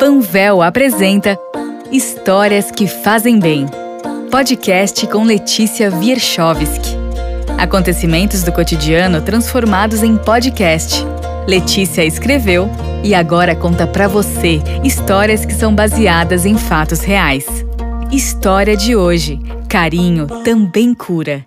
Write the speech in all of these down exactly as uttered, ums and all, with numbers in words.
Panvel apresenta Histórias que Fazem Bem. Podcast com Letícia Wierchowski. Acontecimentos do cotidiano transformados em podcast. Letícia escreveu e agora conta pra você histórias que são baseadas em fatos reais. História de hoje: carinho também cura.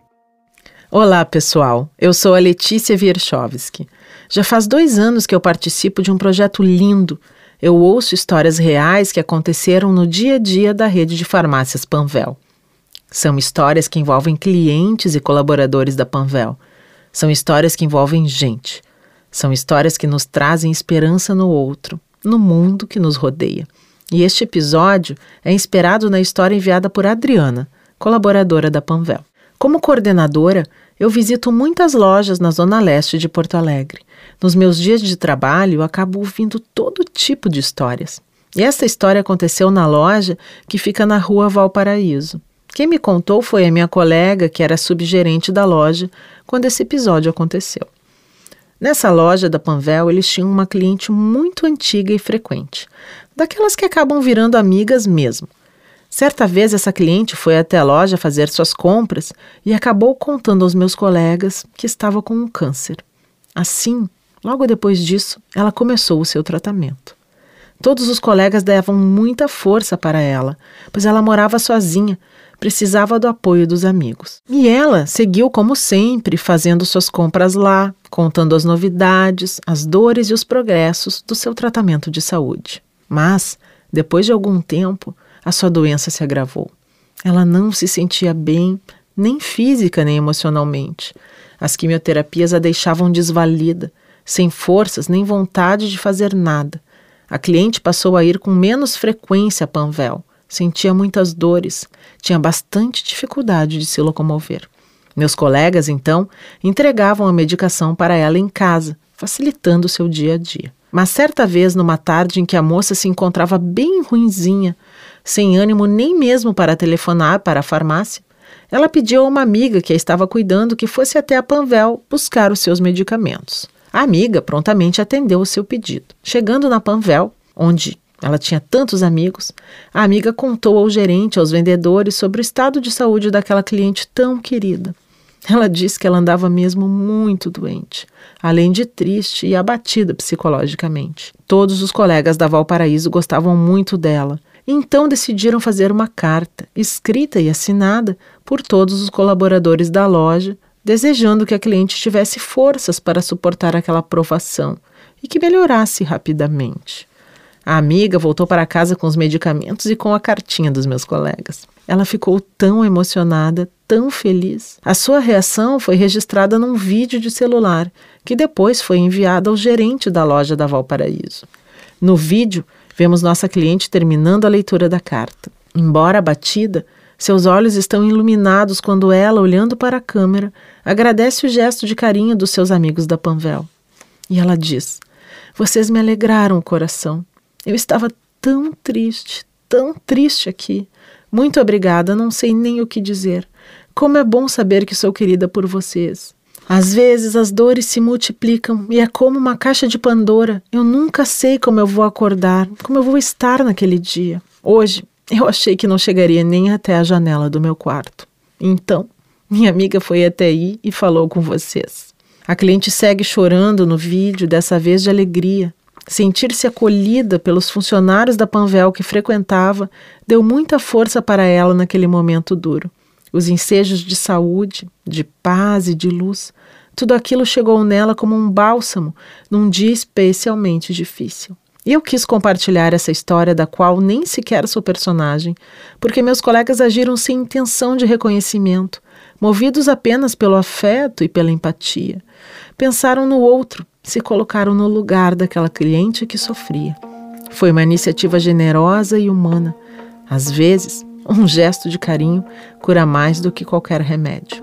Olá, pessoal. Eu sou a Letícia Wierchowski. Já faz dois anos que eu participo de um projeto lindo. Eu ouço histórias reais que aconteceram no dia a dia da rede de farmácias Panvel. São histórias que envolvem clientes e colaboradores da Panvel. São histórias que envolvem gente. São histórias que nos trazem esperança no outro, no mundo que nos rodeia. E este episódio é inspirado na história enviada por Adriana, colaboradora da Panvel. Como coordenadora, eu visito muitas lojas na Zona Leste de Porto Alegre. Nos meus dias de trabalho, eu acabo ouvindo todo tipo de histórias. E essa história aconteceu na loja que fica na Rua Valparaíso. Quem me contou foi a minha colega, que era subgerente da loja, quando esse episódio aconteceu. Nessa loja da Panvel, eles tinham uma cliente muito antiga e frequente, daquelas que acabam virando amigas mesmo. Certa vez, essa cliente foi até a loja fazer suas compras e acabou contando aos meus colegas que estava com um câncer. Assim, logo depois disso, ela começou o seu tratamento. Todos os colegas davam muita força para ela, pois ela morava sozinha, precisava do apoio dos amigos. E ela seguiu como sempre, fazendo suas compras lá, contando as novidades, as dores e os progressos do seu tratamento de saúde. Mas, depois de algum tempo, a sua doença se agravou. Ela não se sentia bem, nem física nem emocionalmente. As quimioterapias a deixavam desvalida, sem forças nem vontade de fazer nada. A cliente passou a ir com menos frequência a Panvel, sentia muitas dores, tinha bastante dificuldade de se locomover. Meus colegas, então, entregavam a medicação para ela em casa, facilitando o seu dia a dia. Mas certa vez, numa tarde em que a moça se encontrava bem ruinzinha, sem ânimo nem mesmo para telefonar para a farmácia, ela pediu a uma amiga que a estava cuidando que fosse até a Panvel buscar os seus medicamentos. A amiga prontamente atendeu o seu pedido. Chegando na Panvel, onde ela tinha tantos amigos, a amiga contou ao gerente, aos vendedores, sobre o estado de saúde daquela cliente tão querida. Ela disse que ela andava mesmo muito doente, além de triste e abatida psicologicamente. Todos os colegas da Valparaíso gostavam muito dela, então decidiram fazer uma carta, escrita e assinada por todos os colaboradores da loja, desejando que a cliente tivesse forças para suportar aquela provação e que melhorasse rapidamente. A amiga voltou para casa com os medicamentos e com a cartinha dos meus colegas. Ela ficou tão emocionada, tão feliz. A sua reação foi registrada num vídeo de celular, que depois foi enviado ao gerente da loja da Valparaíso. No vídeo, vemos nossa cliente terminando a leitura da carta. Embora abatida, seus olhos estão iluminados quando ela, olhando para a câmera, agradece o gesto de carinho dos seus amigos da Panvel. E ela diz: "Vocês me alegraram o coração. Eu estava tão triste, tão triste aqui. Muito obrigada, não sei nem o que dizer. Como é bom saber que sou querida por vocês. Às vezes as dores se multiplicam e é como uma caixa de Pandora. Eu nunca sei como eu vou acordar, como eu vou estar naquele dia. Hoje, eu achei que não chegaria nem até a janela do meu quarto. Então, minha amiga foi até aí e falou com vocês." A cliente segue chorando no vídeo, dessa vez de alegria. Sentir-se acolhida pelos funcionários da Panvel que frequentava deu muita força para ela naquele momento duro. Os ensejos de saúde, de paz e de luz, tudo aquilo chegou nela como um bálsamo num dia especialmente difícil. E eu quis compartilhar essa história da qual nem sequer sou personagem, porque meus colegas agiram sem intenção de reconhecimento, movidos apenas pelo afeto e pela empatia. Pensaram no outro, se colocaram no lugar daquela cliente que sofria. Foi uma iniciativa generosa e humana. Às vezes, um gesto de carinho cura mais do que qualquer remédio.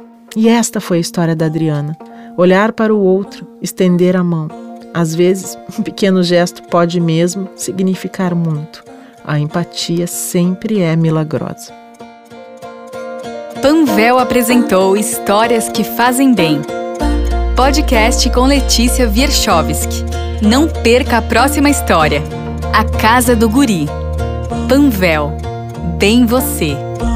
E esta foi a história da Adriana. Olhar para o outro, estender a mão. Às vezes, um pequeno gesto pode mesmo significar muito. A empatia sempre é milagrosa. Panvel apresentou Histórias que Fazem Bem. Podcast com Letícia Wierchowski. Não perca a próxima história. A Casa do Guri. Panvel. Bem você.